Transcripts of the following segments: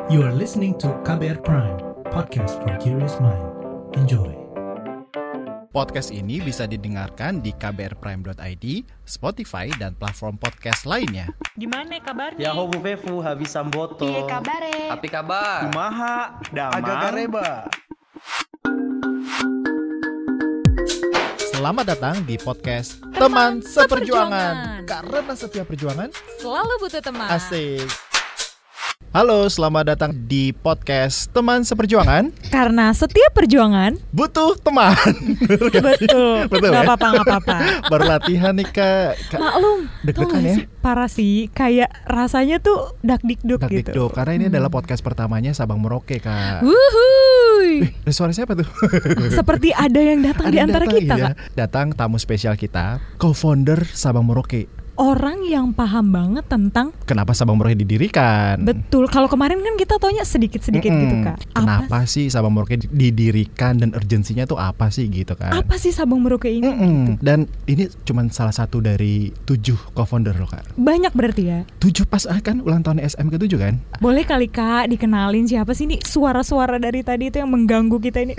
You are listening to KBR Prime, podcast for curious mind. Enjoy. Podcast ini bisa didengarkan di kbrprime.id, Spotify, dan platform podcast lainnya. Gimana kabarnya? Ya hobu vefu habis samboto. Piye kabare? Api kabar. Kumaha, damang, Agak gareba. Selamat datang di podcast Teman Seperjuangan. Karena setiap perjuangan Selalu butuh teman. asik. Halo, selamat datang di podcast Teman Seperjuangan. Karena setiap perjuangan Butuh teman. betul. Betul Gak ya? apa-apa. Baru latihan nih Kak. Maklum. Deg-degan Tau gak ya? sih? Parah sih. Kayak rasanya tuh dakdikduk gitu. Dikduk, karena ini adalah podcast pertamanya Sabang Merauke Kak. Wuhuy. Suara siapa tuh? Seperti ada yang datang di antara datang, kita, iya. Kak. Datang tamu spesial kita, co-founder Sabang Merauke. Orang yang paham banget tentang Kenapa Sabang Merauke didirikan? betul. Kalau kemarin kan kita taunya sedikit-sedikit gitu, Kak. Kenapa sih Sabang Merauke didirikan dan urgensinya tuh apa sih gitu kan? Apa sih Sabang Merauke ini? Gitu. Dan ini cuma salah satu dari 7 co-founder loh Kak. Banyak berarti ya. 7 pas kan ulang tahun SM ke-7 kan? Boleh kali Kak dikenalin siapa sih nih suara-suara dari tadi itu yang mengganggu kita ini?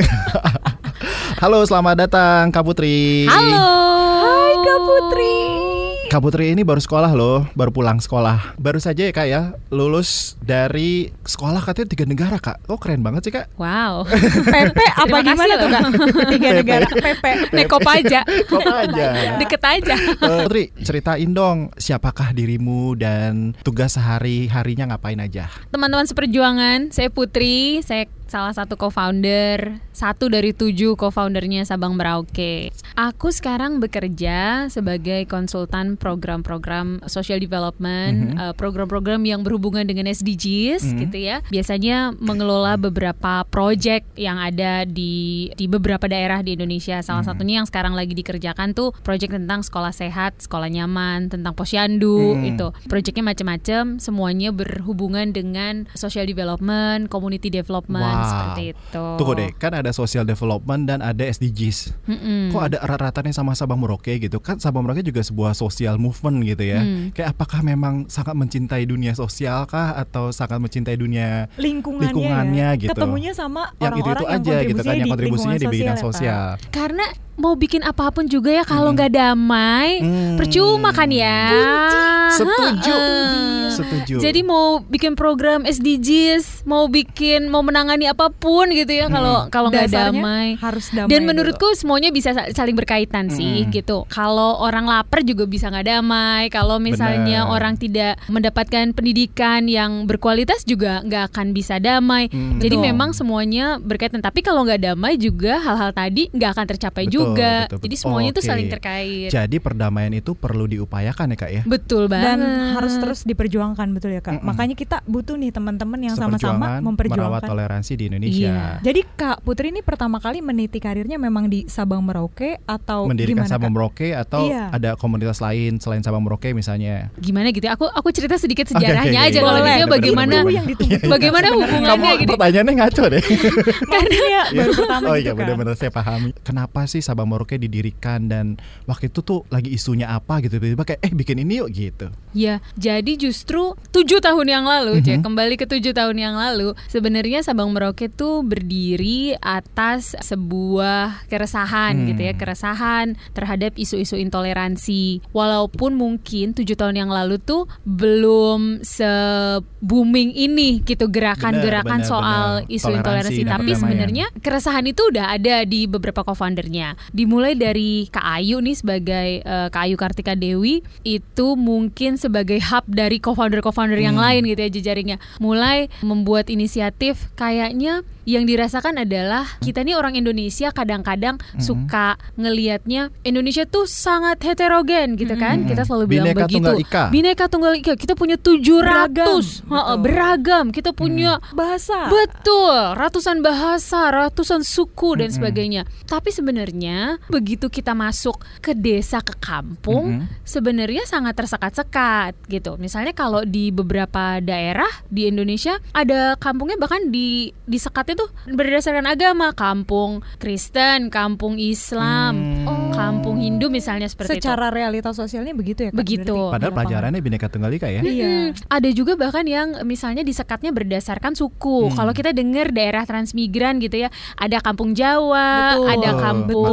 Halo, selamat datang Kak Putri. Halo. Hai Kak Putri. Kak Putri ini baru sekolah loh, baru pulang sekolah. Baru saja ya Kak ya, lulus dari sekolah katanya 3 negara Kak. Oh keren banget sih Kak. Wow. PP apa Terima gimana kasih tuh loh. Kak? 3 negara PP. Nekop aja. Kok aja. Deket aja. Putri, ceritain dong siapakah dirimu dan tugas sehari-harinya ngapain aja? Teman-teman seperjuangan, saya Putri, saya salah satu co-founder, 1 dari 7 co-foundernya Sabang Merauke. Aku sekarang bekerja sebagai konsultan program-program social development, program-program yang berhubungan dengan SDGs gitu ya. Biasanya mengelola beberapa project yang ada di beberapa daerah di Indonesia. Salah satunya yang sekarang lagi dikerjakan tuh project tentang sekolah sehat, sekolah nyaman, tentang posyandu itu. Projectnya macam-macam, semuanya berhubungan dengan social development, community development. Seperti itu. Tunggu deh, kan ada social development dan ada SDGs. Kok ada erat-eratannya sama Sabang Merauke gitu? Kan Sabang Merauke juga sebuah social movement gitu ya. Kayak apakah memang sangat mencintai dunia sosial kah atau sangat mencintai dunia lingkungannya ya. gitu? Ketemunya sama yang orang-orang itu aja gitu kan, yang kontribusinya di bidang sosial. Karena mau bikin apapun juga ya kalau nggak damai, percuma kan ya. Setuju. Jadi mau bikin program SDGs, mau menangani apapun gitu ya, kalau nggak damai. Harus damai. Dan menurutku semuanya bisa saling berkaitan sih gitu. Kalau orang lapar juga bisa nggak damai. Kalau misalnya Bener. orang tidak mendapatkan pendidikan yang berkualitas juga nggak akan bisa damai. Jadi Betul. memang semuanya berkaitan. Tapi kalau nggak damai juga hal-hal tadi nggak akan tercapai juga. Betul. Jadi semuanya itu Oke. saling terkait. Jadi perdamaian itu perlu diupayakan ya Kak ya? Betul banget. Dan harus terus diperjuangkan, betul ya Kak. Makanya kita butuh nih teman-teman yang sama-sama Seperjuangan merawat memperjuangkan. toleransi di Indonesia. Iya. Jadi Kak Putri ini pertama kali meniti karirnya memang di Sabang Merauke atau Mendirikan gimana Sabang Kak? Merauke atau Iya. ada komunitas lain selain Sabang Merauke misalnya? Gimana gitu? Aku cerita sedikit sejarahnya Oke. aja kalau Boleh. gitu ya, bagaimana Itu yang ditunggu. bagaimana hubungannya Kamu gitu. pertanyaannya ngaco deh. Karena ya baru pertama Oh gitu iya kan. benar-benar saya pahami. Kenapa sih Sabang Merauke didirikan dan waktu itu tuh lagi isunya apa gitu, tiba-tiba kayak bikin ini yuk gitu. Ya, jadi justru 7 tahun yang lalu, kembali ke 7 tahun yang lalu, sebenarnya Sabang Merauke tuh berdiri atas sebuah keresahan gitu ya, keresahan terhadap isu-isu intoleransi. Walaupun mungkin 7 tahun yang lalu tuh belum se-booming ini gitu gerakan-gerakan Benar, soal benar. isu Toleransi intoleransi, dan tapi perdamaian. sebenarnya keresahan itu udah ada di beberapa co-foundernya. Dimulai dari Kak Ayu nih sebagai Kak Ayu Kartika Dewi, itu mungkin sebagai hub dari co-founder yang lain gitu ya jejaringnya. Mulai membuat inisiatif, kayaknya yang dirasakan adalah kita nih orang Indonesia kadang-kadang suka ngelihatnya Indonesia tuh sangat heterogen gitu kan. Kita selalu bilang Bineka begitu. Tunggal Ika. Bineka Tunggal Ika. Kita punya 700 beragam. Kita punya bahasa. betul, ratusan bahasa, ratusan suku dan sebagainya. Tapi sebenarnya begitu kita masuk ke desa, ke kampung, sebenarnya sangat tersekat-sekat gitu. Misalnya kalau di beberapa daerah di Indonesia ada kampungnya bahkan disekatnya tuh berdasarkan agama, kampung Kristen, kampung Islam, kampung Hindu misalnya seperti Secara realitas sosialnya begitu ya Kak? Begitu. Berarti Padahal di lapangan. pelajarannya Bhinneka Tunggal Ika ya. Iya. Ada juga bahkan yang misalnya disekatnya berdasarkan suku. Kalau kita dengar daerah transmigran gitu ya, ada kampung Jawa, Betul. ada kampung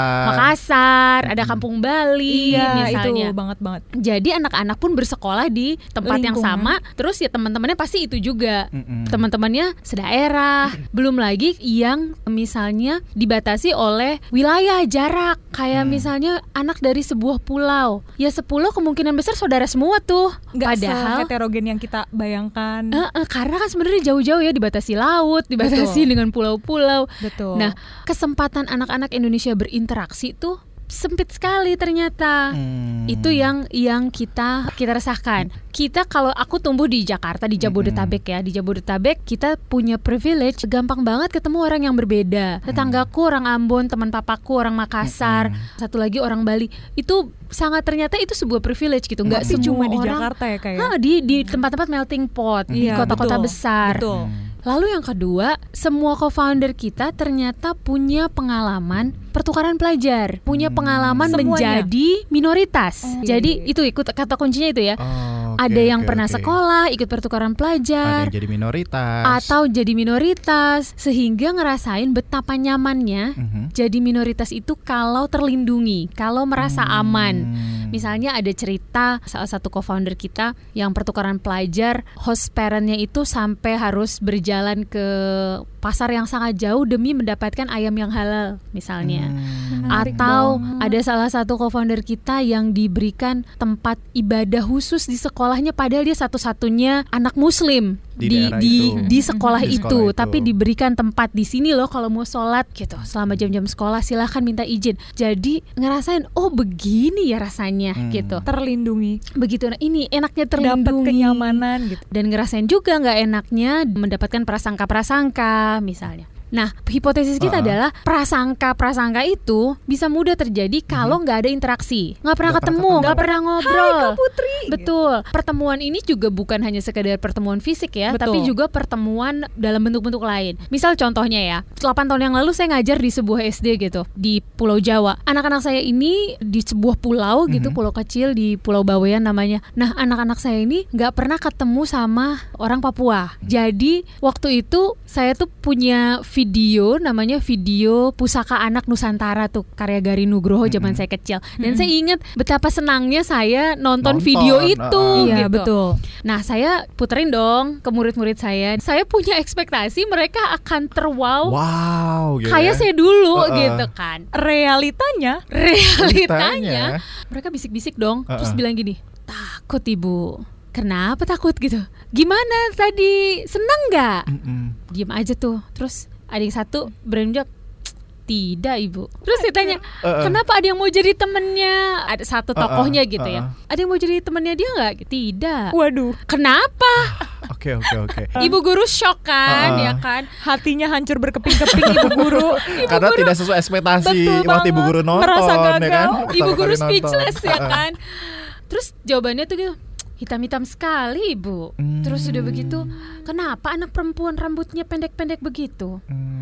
Makassar, ada kampung Bali Iya, misalnya. itu banget. Jadi anak-anak pun bersekolah di tempat yang Lingkungan. sama, terus ya teman-temannya pasti itu juga. Teman-temannya sedaerah. Belum lagi yang misalnya dibatasi oleh wilayah, jarak. Kayak misalnya anak dari sebuah pulau. Ya 10 kemungkinan besar saudara semua tuh. Nggak Padahal heterogen yang kita bayangkan. karena kan sebenarnya jauh-jauh ya, dibatasi laut, dibatasi dengan pulau-pulau. Betul. Nah, kesempatan anak-anak Indonesia berinteraksi tuh sempit sekali ternyata. Itu yang kita rasakan. Kita kalau aku tumbuh di Jakarta, di Jabodetabek ya, di Jabodetabek kita punya privilege, gampang banget ketemu orang yang berbeda. Tetanggaku orang Ambon, teman papaku orang Makassar, satu lagi orang Bali. Itu sangat, ternyata itu sebuah privilege gitu. Nggak Tapi semua cuma di orang, Jakarta ya kayak. di tempat-tempat melting pot, di Iya, kota-kota betul. besar. Betul. Lalu yang kedua, semua co-founder kita ternyata punya pengalaman pertukaran pelajar, punya pengalaman Semuanya. menjadi minoritas. iya, Jadi iya. itu ikut kata kuncinya itu ya. Oke, Ada yang oke, pernah oke. sekolah, ikut pertukaran Ada pelajar, yang jadi minoritas. atau jadi minoritas, sehingga ngerasain betapa nyamannya jadi minoritas itu kalau terlindungi, kalau merasa aman. Misalnya ada cerita salah satu co-founder kita yang pertukaran pelajar, host parent-nya itu sampai harus berjalan ke pasar yang sangat jauh demi mendapatkan ayam yang halal misalnya. Menarik Atau banget. ada salah satu co-founder kita yang diberikan tempat ibadah khusus di sekolahnya, padahal dia satu-satunya anak muslim Di daerah di itu. di sekolah Di itu, sekolah itu. tapi diberikan tempat di sini loh kalau mau sholat gitu. Selama jam-jam sekolah silahkan minta izin. Jadi ngerasain, oh begini ya rasanya gitu. Terlindungi, Begitu, nah ini enaknya dapat terlindungi. kenyamanan gitu. Dan ngerasain juga nggak enaknya mendapatkan prasangka-prasangka misalnya. Nah, hipotesis kita adalah prasangka-prasangka itu bisa mudah terjadi kalau nggak ada interaksi, nggak pernah ketemu, nggak pernah ngobrol. Hai Kak Putri. Betul. Pertemuan ini juga bukan hanya sekedar pertemuan fisik ya, Betul. tapi juga pertemuan dalam bentuk-bentuk lain. Misal contohnya ya, 8 tahun yang lalu saya ngajar di sebuah SD gitu, di Pulau Jawa. Anak-anak saya ini di sebuah pulau gitu, pulau kecil di Pulau Bawean namanya. Nah, anak-anak saya ini nggak pernah ketemu sama orang Papua. Jadi waktu itu saya tuh punya video, namanya video Pusaka Anak Nusantara tuh, karya Gari Nugroho zaman saya kecil. Dan saya ingat betapa senangnya saya nonton video itu. Iya, gitu. betul. Nah, saya puterin dong ke murid-murid saya. Saya punya ekspektasi mereka akan terwow Wow, gitu kayak ya. saya dulu gitu kan. Realitanya Realitanya mereka bisik-bisik dong, terus bilang gini, takut ibu. Kenapa takut gitu? Gimana tadi? Senang nggak? Diem aja tuh. Terus ada yang satu berani jawab, tidak ibu. Terus saya tanya, kenapa ada yang mau jadi temennya? Ada satu tokohnya gitu ya. Ada yang mau jadi temennya dia nggak? Tidak. waduh, Kenapa? Oke. Ibu guru shock kan, ya kan? hatinya hancur berkeping-keping ibu guru. Karena tidak sesuai ekspektasi Betul waktu ibu banget. guru nonton, Merasa ya kan? gagal. Ibu Pertama guru kali nonton. speechless ya kan. Terus jawabannya tuh gitu, hitam-hitam sekali ibu. Terus udah begitu, kenapa anak perempuan rambutnya pendek-pendek begitu?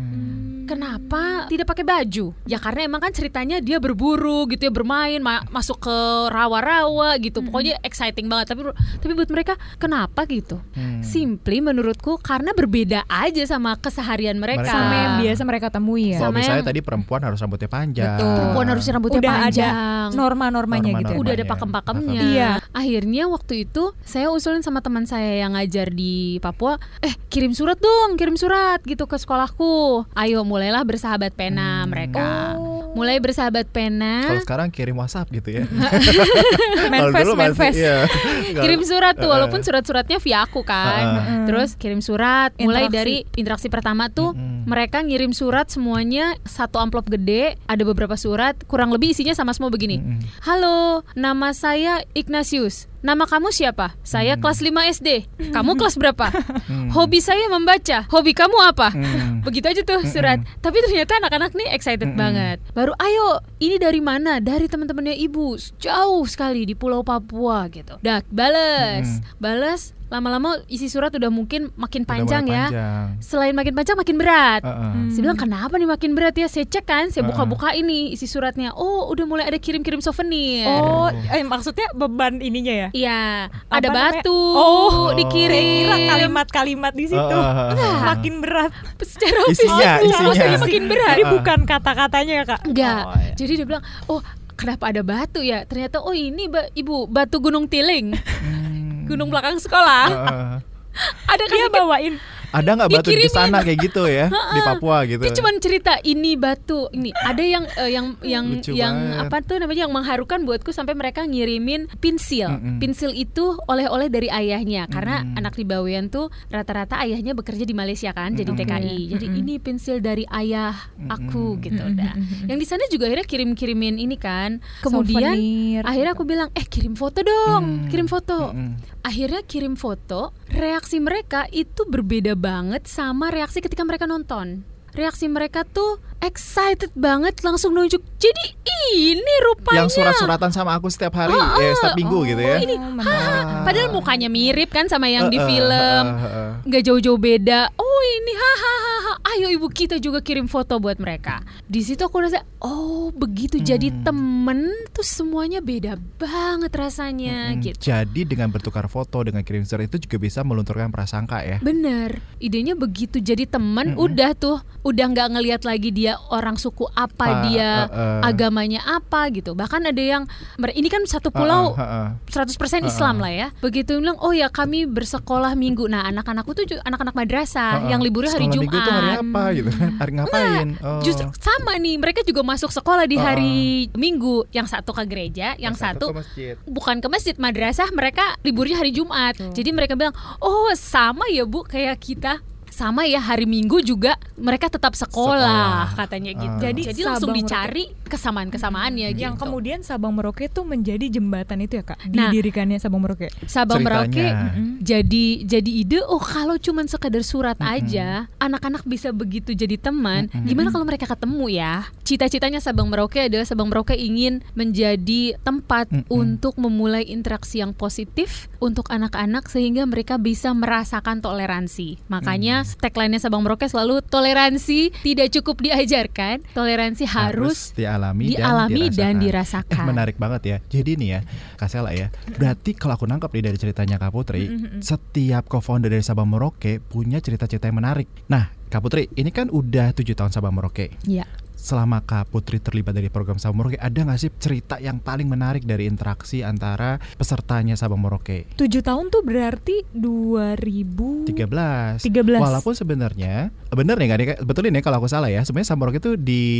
Kenapa tidak pakai baju? Ya karena emang kan ceritanya dia berburu gitu ya, bermain, masuk ke rawa-rawa gitu. Pokoknya exciting banget. Tapi buat mereka kenapa gitu? Simply menurutku karena berbeda aja sama keseharian mereka. Sama yang biasa mereka temui ya. Kalau Sama misalnya yang- tadi perempuan harus rambutnya panjang. Betul. Perempuan harusnya rambutnya Udah panjang. ada norma-normanya gitu ya. Udah ada Namanya. pakem-pakemnya. Iya. Akhirnya waktu itu saya usulin sama teman saya yang ngajar di Papua, kirim surat dong, kirim surat gitu ke sekolahku. Ayo mulailah bersahabat pena mereka. Mulai bersahabat pena. Kalau sekarang kirim WhatsApp gitu ya. Kalau dulu masih, Manifest. iya. Kirim surat tuh, walaupun surat-suratnya via aku kan. Terus kirim surat, mulai Interaksi. dari interaksi pertama tuh mereka ngirim surat semuanya satu amplop gede, ada beberapa surat, kurang lebih isinya sama semua begini. Halo, nama saya Ignatius. nama kamu siapa? Saya kelas 5 SD. Kamu kelas berapa? Hobi saya membaca. Hobi kamu apa? Begitu aja tuh surat. Tapi ternyata anak-anak nih excited banget. Baru ayo, ini dari mana? Dari teman-temannya ibu, jauh sekali di Pulau Papua gitu. Dah balas. Lama-lama isi surat udah mungkin makin panjang ya. Selain makin panjang makin berat. Saya bilang kenapa nih makin berat ya? Saya cek kan, saya buka-buka ini isi suratnya. Oh, udah mulai ada kirim-kirim souvenir. Oh, maksudnya beban ininya ya? Iya, ada batu dikirim. Saya kira kalimat-kalimat di situ makin berat. Secara Isinya. makin berat. Jadi bukan kata-katanya ya, Kak? Enggak. Jadi dia bilang, "Oh, kenapa ada batu ya?" Ternyata ini Ibu, batu Gunung Tiling. Gunung belakang sekolah. Ada dia bawain. Ada nggak batu di sana kayak gitu ya di Papua gitu? Dia cuma cerita ini batu ini. Ada yang apa tuh namanya yang mengharukan buatku sampai mereka ngirimin pensil. Pensil itu oleh-oleh dari ayahnya karena anak di Bawean tuh rata-rata ayahnya bekerja di Malaysia kan jadi TKI. Jadi ini pensil dari ayah aku gitu dah. Yang di sana juga akhirnya kirim-kirimin ini kan. Kemudian akhirnya aku bilang kirim foto dong, kirim foto. Akhirnya kirim foto. Reaksi mereka itu berbeda banget sama reaksi ketika mereka nonton. Reaksi mereka tuh excited banget, langsung nunjuk. Jadi ini rupanya yang surat-suratan sama aku setiap hari, setiap minggu gitu ya. Ini, padahal mukanya mirip kan sama yang di film, nggak jauh-jauh beda. Oh ini, ayo ibu kita juga kirim foto buat mereka. Di situ aku rasa, oh begitu jadi temen tuh semuanya beda banget rasanya gitu. Jadi dengan bertukar foto, dengan kirim surat itu juga bisa melunturkan prasangka ya. Bener, idenya begitu jadi temen, udah nggak ngelihat lagi dia orang suku apa, dia agamanya apa gitu. Bahkan ada yang ini kan satu pulau 100% Islam lah ya. Begitu bilang, oh ya kami bersekolah minggu. Nah anak-anakku tuh anak-anak madrasah yang liburnya hari Jumat. Minggu tuh hari apa gitu kan? Hari ngapain? Justru sama nih, mereka juga masuk sekolah di hari Minggu. Yang satu ke gereja, yang satu ke masjid. Bukan ke masjid, madrasah mereka liburnya hari Jumat. Jadi mereka bilang, oh sama ya Bu kayak kita. Sama ya hari Minggu juga mereka tetap sekolah. Katanya gitu. Jadi langsung dicari kesamaan-kesamaannya gitu. Yang kemudian Sabang Merauke tuh menjadi jembatan itu ya Kak, didirikannya Sabang Merauke. Sabang Merauke jadi ide, kalau cuman sekedar surat aja anak-anak bisa begitu jadi teman. Gimana kalau mereka ketemu ya? Cita-citanya Sabang Merauke adalah Sabang Merauke ingin menjadi tempat untuk memulai interaksi yang positif untuk anak-anak sehingga mereka bisa merasakan toleransi. Makanya tagline-nya Sabang Merauke selalu toleransi tidak cukup diajarkan, toleransi harus dialami dan dirasakan. Menarik banget ya. Jadi nih ya, Kak Sela ya. Berarti kalau aku nangkep nih dari ceritanya Kak Putri, setiap co-founder dari Sabang Merauke punya cerita-cerita yang menarik. Nah, Kak Putri, ini kan udah 7 tahun Sabang Merauke. Iya. Selama Kak Putri terlibat dari program Sabang Merauke, ada gak sih cerita yang paling menarik dari interaksi antara pesertanya Sabang Merauke? 7 tahun tuh berarti 2013. Walaupun sebenarnya bener nih gak, betulin ya kalau aku salah ya, sebenarnya Sabang Merauke itu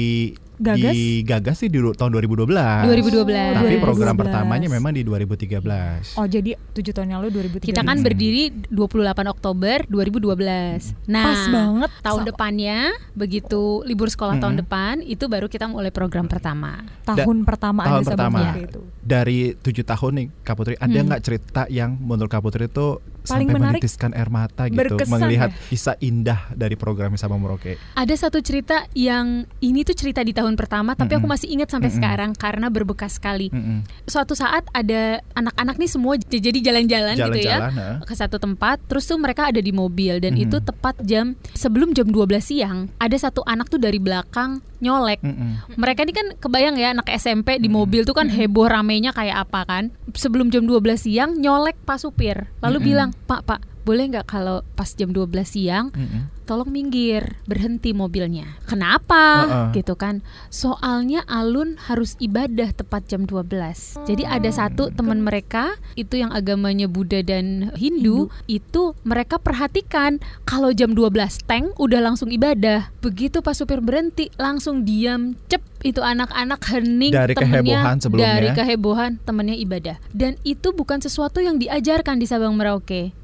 digagas sih di tahun 2012. Tapi program pertamanya memang di 2013. Oh jadi 7 tahun yang lalu 2013. Kita kan berdiri 28 Oktober 2012. Nah pas banget tahun depannya, begitu libur sekolah tahun depan, itu baru kita mulai program pertama. Tahun pertama ada Sabang Merauke itu. Dari 7 tahun nih Kak Putri, ada gak cerita yang menurut Kak Putri itu paling sampai menarik, menitiskan air mata gitu, berkesan, melihat kisah indah dari program Sabang Merauke? Ada satu cerita yang ini tuh cerita di tahun pertama, tapi aku masih ingat sampai sekarang karena berbekas sekali. Suatu saat ada anak-anak nih semua jadi jalan-jalan gitu ya ke satu tempat, terus tuh mereka ada di mobil dan itu tepat sebelum jam 12 siang ada satu anak tuh dari belakang nyolek. Mereka ini kan kebayang ya anak SMP di mobil tuh kan heboh ramenya kayak apa kan. Sebelum jam 12 siang nyolek Pak supir. Lalu bilang, Pak, boleh nggak kalau pas jam 12 siang tolong minggir, berhenti mobilnya. Kenapa? Gitu kan. Soalnya alun harus ibadah tepat jam 12. Jadi ada satu teman mereka itu yang agamanya Buddha dan Hindu. Itu mereka perhatikan kalau jam 12 teng udah langsung ibadah. Begitu Pak supir berhenti langsung diam cep, itu anak-anak hening dari kehebohan sebelumnya. Dari kehebohan temennya ibadah. Dan itu bukan sesuatu yang diajarkan di Sabang Merauke. Jadi kami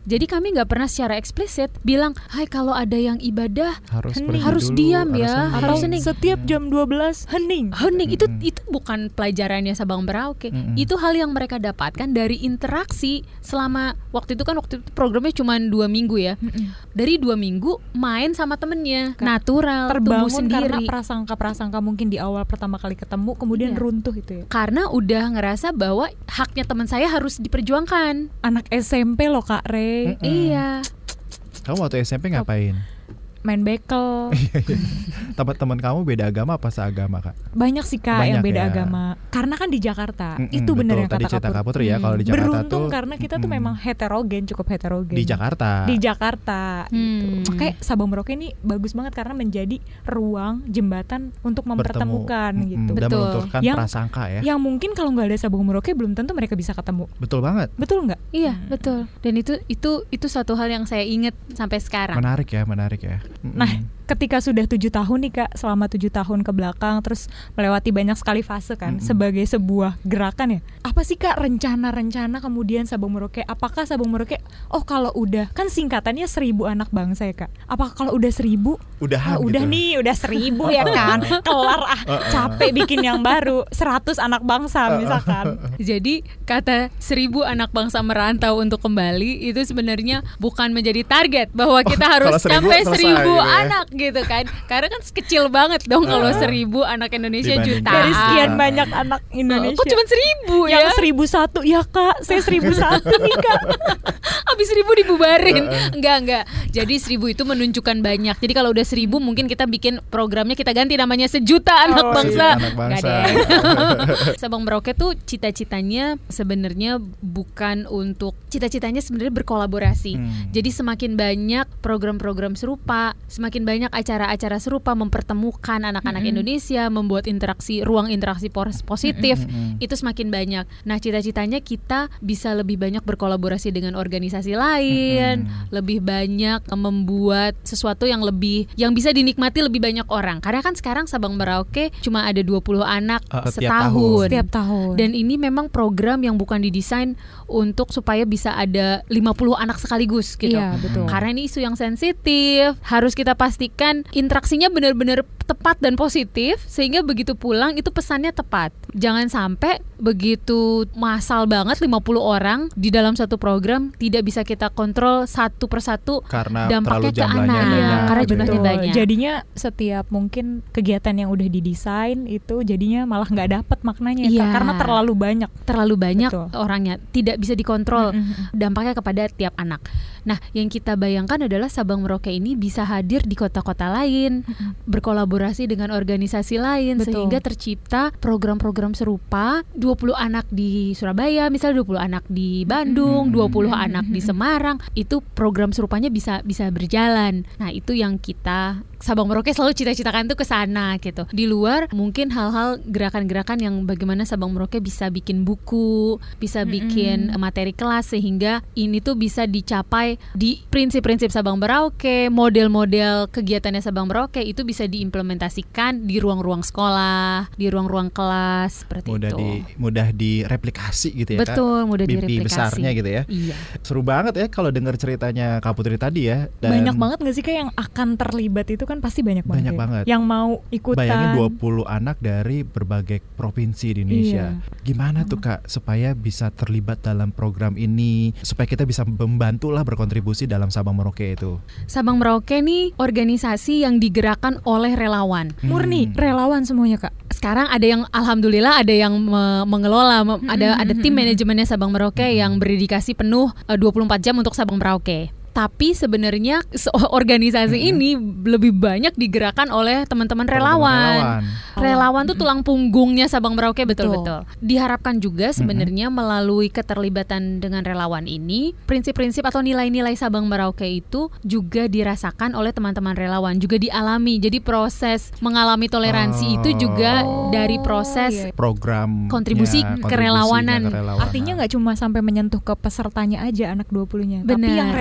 kami nggak pernah secara eksplisit bilang, hai kalau ada yang ibadah harus dulu, diam ya, harus Atau hening. setiap jam 12 hening. Hening itu bukan pelajarannya Sabang Merauke. Itu hal yang mereka dapatkan dari interaksi selama waktu itu programnya cuma 2 minggu ya. Dari 2 minggu main sama temennya, natural, tumbuh Terbangun karena sendiri. prasangka mungkin di awal pertama kali ketemu kemudian Iya. runtuh itu ya. Karena udah ngerasa bahwa haknya teman saya harus diperjuangkan. Anak SMP loh Kak Rey, Iya. Kamu waktu SMP ngapain? main bekel. Teman-teman kamu beda agama apa seagama, Kak? Banyak sih Kak yang Banyak beda ya. agama. Karena kan di Jakarta. Mm-mm, Itu benar betul. yang Tadi kata cerita Kak Kak Putri ya, kalau di Jakarta Beruntung tuh, karena kita tuh memang cukup heterogen. Di Jakarta. Di Jakarta gitu. Makanya Sabang Merauke ini bagus banget karena menjadi ruang jembatan untuk mempertemukan gitu. Dan Betul. melunturkan Yang- prasangka ya. Yang mungkin kalau nggak ada Sabang Merauke belum tentu mereka bisa ketemu. Betul banget. Betul nggak? Iya, betul. Dan itu satu hal yang saya ingat sampai sekarang. Menarik ya. Nah, ketika sudah 7 tahun nih Kak, selama 7 tahun ke belakang terus melewati banyak sekali fase kan sebagai sebuah gerakan ya. Apa sih Kak rencana-rencana kemudian Sabang Merauke? Apakah Sabang Merauke kalau udah kan singkatannya 1000 anak bangsa ya Kak. Apakah kalau udah 1000 Udahan udah gitu. nih udah 1000 ya kan. Kelar capek bikin yang baru 100 anak bangsa misalkan. Jadi kata 1000 anak bangsa merantau untuk kembali itu sebenarnya bukan menjadi target bahwa kita harus kalau 1000 sampai selesai 1000 gitu ya. anak gitu kan. Karena kan kecil banget dong kalau 1000 anak Indonesia Dibandingkan. jutaan. Dari sekian banyak anak Indonesia. Kok cuma 1000 ya? Yang 1001 ya Kak, saya 1001 nih Kak. Habis 1000 dibubarin. Enggak. Jadi 1000 itu menunjukkan banyak. Jadi kalau udah 1000 mungkin kita bikin programnya kita ganti namanya 1.000.000 anak Oh, bangsa. Anak Nggak bangsa. deh. Sabang Merauke tuh cita-citanya sebenarnya bukan untuk cita-citanya sebenarnya berkolaborasi. Jadi semakin banyak program-program serupa, semakin banyak acara-acara serupa mempertemukan anak-anak Indonesia, membuat ruang interaksi positif, itu semakin banyak. Nah, cita-citanya kita bisa lebih banyak berkolaborasi dengan organisasi lain, lebih banyak membuat sesuatu yang bisa dinikmati lebih banyak orang. Karena kan sekarang Sabang Merauke cuma ada 20 anak setiap setahun. Setiap tahun. Dan ini memang program yang bukan didesain untuk supaya bisa ada 50 anak sekaligus gitu. Iya, betul. Karena ini isu yang sensitif, harus kita pastikan interaksinya benar-benar tepat dan positif sehingga begitu pulang itu pesannya tepat. Jangan sampai begitu massal banget 50 orang di dalam satu program tidak bisa kita kontrol satu persatu Karena dampaknya terlalu ke jumlahnya anak. banyak. Karena gitu jumlahnya ya. banyak. Jadinya setiap mungkin kegiatan yang udah didesain itu jadinya malah nggak dapet maknanya Iya. Kak, karena terlalu banyak. Terlalu banyak Betul. orangnya, tidak bisa dikontrol dampaknya kepada tiap anak. Nah, yang kita bayangkan adalah Sabang Merauke ini bisa hadir di kota-kota lain, berkolaborasi dengan organisasi lain, Betul. sehingga tercipta program-program serupa. 20 anak di Surabaya, misalnya 20 anak di Bandung, 20 anak di Semarang, itu program serupanya bisa berjalan. Nah, itu yang kita Sabang Merauke selalu cita-citakan tuh ke sana gitu. Di luar mungkin hal-hal gerakan-gerakan yang bagaimana Sabang Merauke bisa bikin buku, bisa bikin materi kelas sehingga ini tuh bisa dicapai di prinsip-prinsip Sabang Merauke, model-model kegiatannya Sabang Merauke itu bisa diimplementasikan di ruang-ruang sekolah, di ruang-ruang kelas seperti itu. Mudah direplikasi gitu ya. Betul, Kak? mudah Mimpi direplikasi. besarnya gitu ya. Iya. Seru banget ya kalau dengar ceritanya Kak Putri tadi ya. Banyak banget nggak sih Kak yang akan terlibat itu kan pasti banyak banget. Banyak ya. banget. Yang mau ikutan. Bayangin 20 anak dari berbagai provinsi di Indonesia. Gimana tuh Kak supaya bisa terlibat dalam program ini, supaya kita bisa membantu lah berkontribusi dalam Sabang Merauke itu. Sabang Merauke nih organisasi yang digerakkan oleh relawan. Murni relawan semuanya Kak. Sekarang ada yang alhamdulillah ada yang mengelola, ada tim manajemennya Sabang Merauke yang berdedikasi penuh 24 jam untuk Sabang Merauke. Tapi sebenarnya organisasi ini lebih banyak digerakkan oleh teman-teman relawan. Relawan tuh tulang punggungnya Sabang Merauke, betul-betul. Diharapkan juga sebenarnya melalui keterlibatan dengan relawan ini, prinsip-prinsip atau nilai-nilai Sabang Merauke itu juga dirasakan oleh teman-teman relawan, juga dialami. Jadi proses mengalami toleransi itu juga dari proses program kontribusi kerelawanan. Artinya nggak cuma sampai menyentuh ke pesertanya aja anak 20-nya, tapi Benar. yang relawannya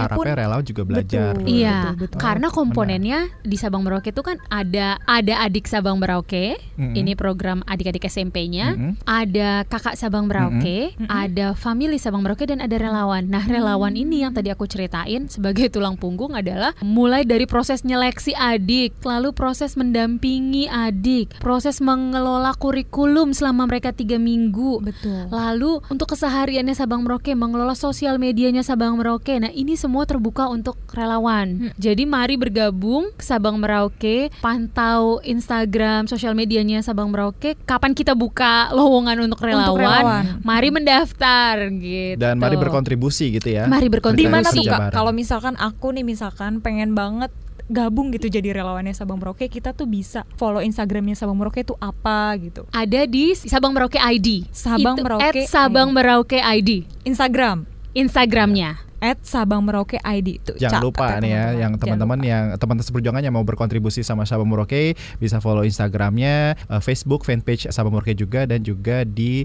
harapnya relawan juga belajar. Betul. Iya, betul. karena komponennya di Sabang Merauke itu kan ada adik Sabang Merauke, ini program adik-adik SMP-nya, ada kakak Sabang Merauke, ada family Sabang Merauke, dan ada relawan. Nah, relawan ini yang tadi aku ceritain sebagai tulang punggung adalah mulai dari proses nyeleksi adik, lalu proses mendampingi adik, proses mengelola kurikulum selama mereka 3 minggu. Betul. Lalu untuk kesehariannya Sabang Merauke, mengelola sosial medianya Sabang Merauke. Nah, ini semua terbuka untuk relawan. Jadi mari bergabung ke Sabang Merauke, pantau Instagram, sosial medianya Sabang Merauke. Kapan kita buka lowongan untuk relawan? Mari mendaftar gitu. Dan mari berkontribusi gitu ya. Mari berkontribusi. Di mana tuh Kak? Jabaran. Kalau misalkan aku nih pengen banget gabung gitu jadi relawannya Sabang Merauke, kita tuh bisa follow Instagramnya Sabang Merauke itu apa gitu. Ada di Sabang Merauke ID. Sabang Itu Merauke @Sabang Merauke ID. Instagramnya. @Sabang Merauke ID itu. Jangan lupa nih ya, yang teman-teman yang teman-teman seperjuangan yang mau berkontribusi sama Sabang Merauke bisa follow Instagramnya, Facebook fanpage Sabang Merauke juga, dan juga di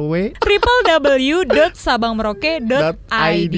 www.sabangmerauke.id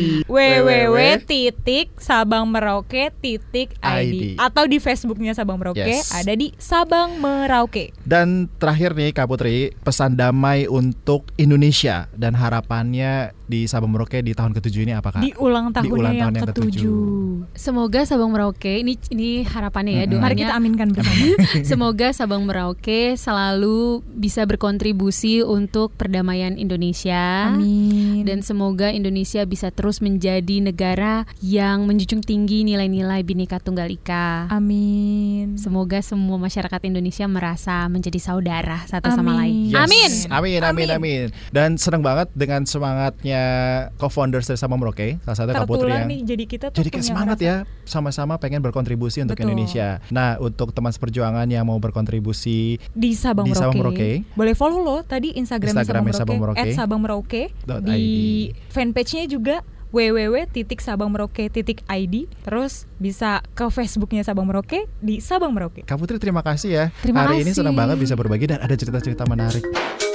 www.sabangmerauke.id atau di Facebooknya Sabang Merauke, ada di Sabang Merauke. Dan terakhir nih Kak Putri, pesan damai untuk Indonesia dan harapannya di Sabang Merauke di tahun ke-7 ini apa Kak? Di ulang tahunnya yang ke-7. Semoga Sabang Merauke, ini harapannya ya, doanya. Mari kita aminkan bersama. Semoga Sabang Merauke selalu bisa berkontribusi untuk perdamaian Indonesia. Amin. Dan semoga Indonesia bisa terus menjadi negara yang menjunjung tinggi nilai-nilai Bhinneka Tunggal Ika. Amin. Semoga semua masyarakat Indonesia merasa menjadi saudara satu sama lain. Yes. Amin. Dan senang banget dengan semangatnya co-founders dari Sabang Merauke. Salah satu Kak Putri yang nih, jadi kita tuh jadi kayak semangat ya, sama-sama pengen berkontribusi untuk Indonesia. Nah, untuk teman seperjuangan yang mau berkontribusi di Sabang Merauke, boleh follow loh tadi Instagramnya Sabang Merauke, @sabangmerauke. Di fanpage-nya juga www.sabangmerauke.id. Terus bisa ke Facebooknya Sabang Merauke di Sabang Merauke. Kak Putri terima kasih ya. Terima Hari kasih. ini senang banget bisa berbagi dan ada cerita-cerita menarik.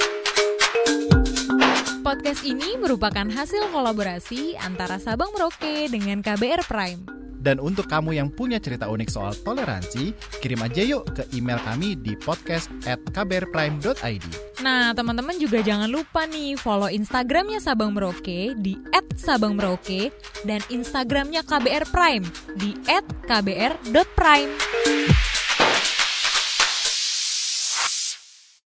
Podcast ini merupakan hasil kolaborasi antara Sabang Merauke dengan KBR Prime. Dan untuk kamu yang punya cerita unik soal toleransi, kirim aja yuk ke email kami di podcast@kbrprime.id. Nah, teman-teman juga jangan lupa nih follow Instagramnya Sabang Merauke di @sabangmerauke dan Instagramnya KBR Prime di @kbr.prime.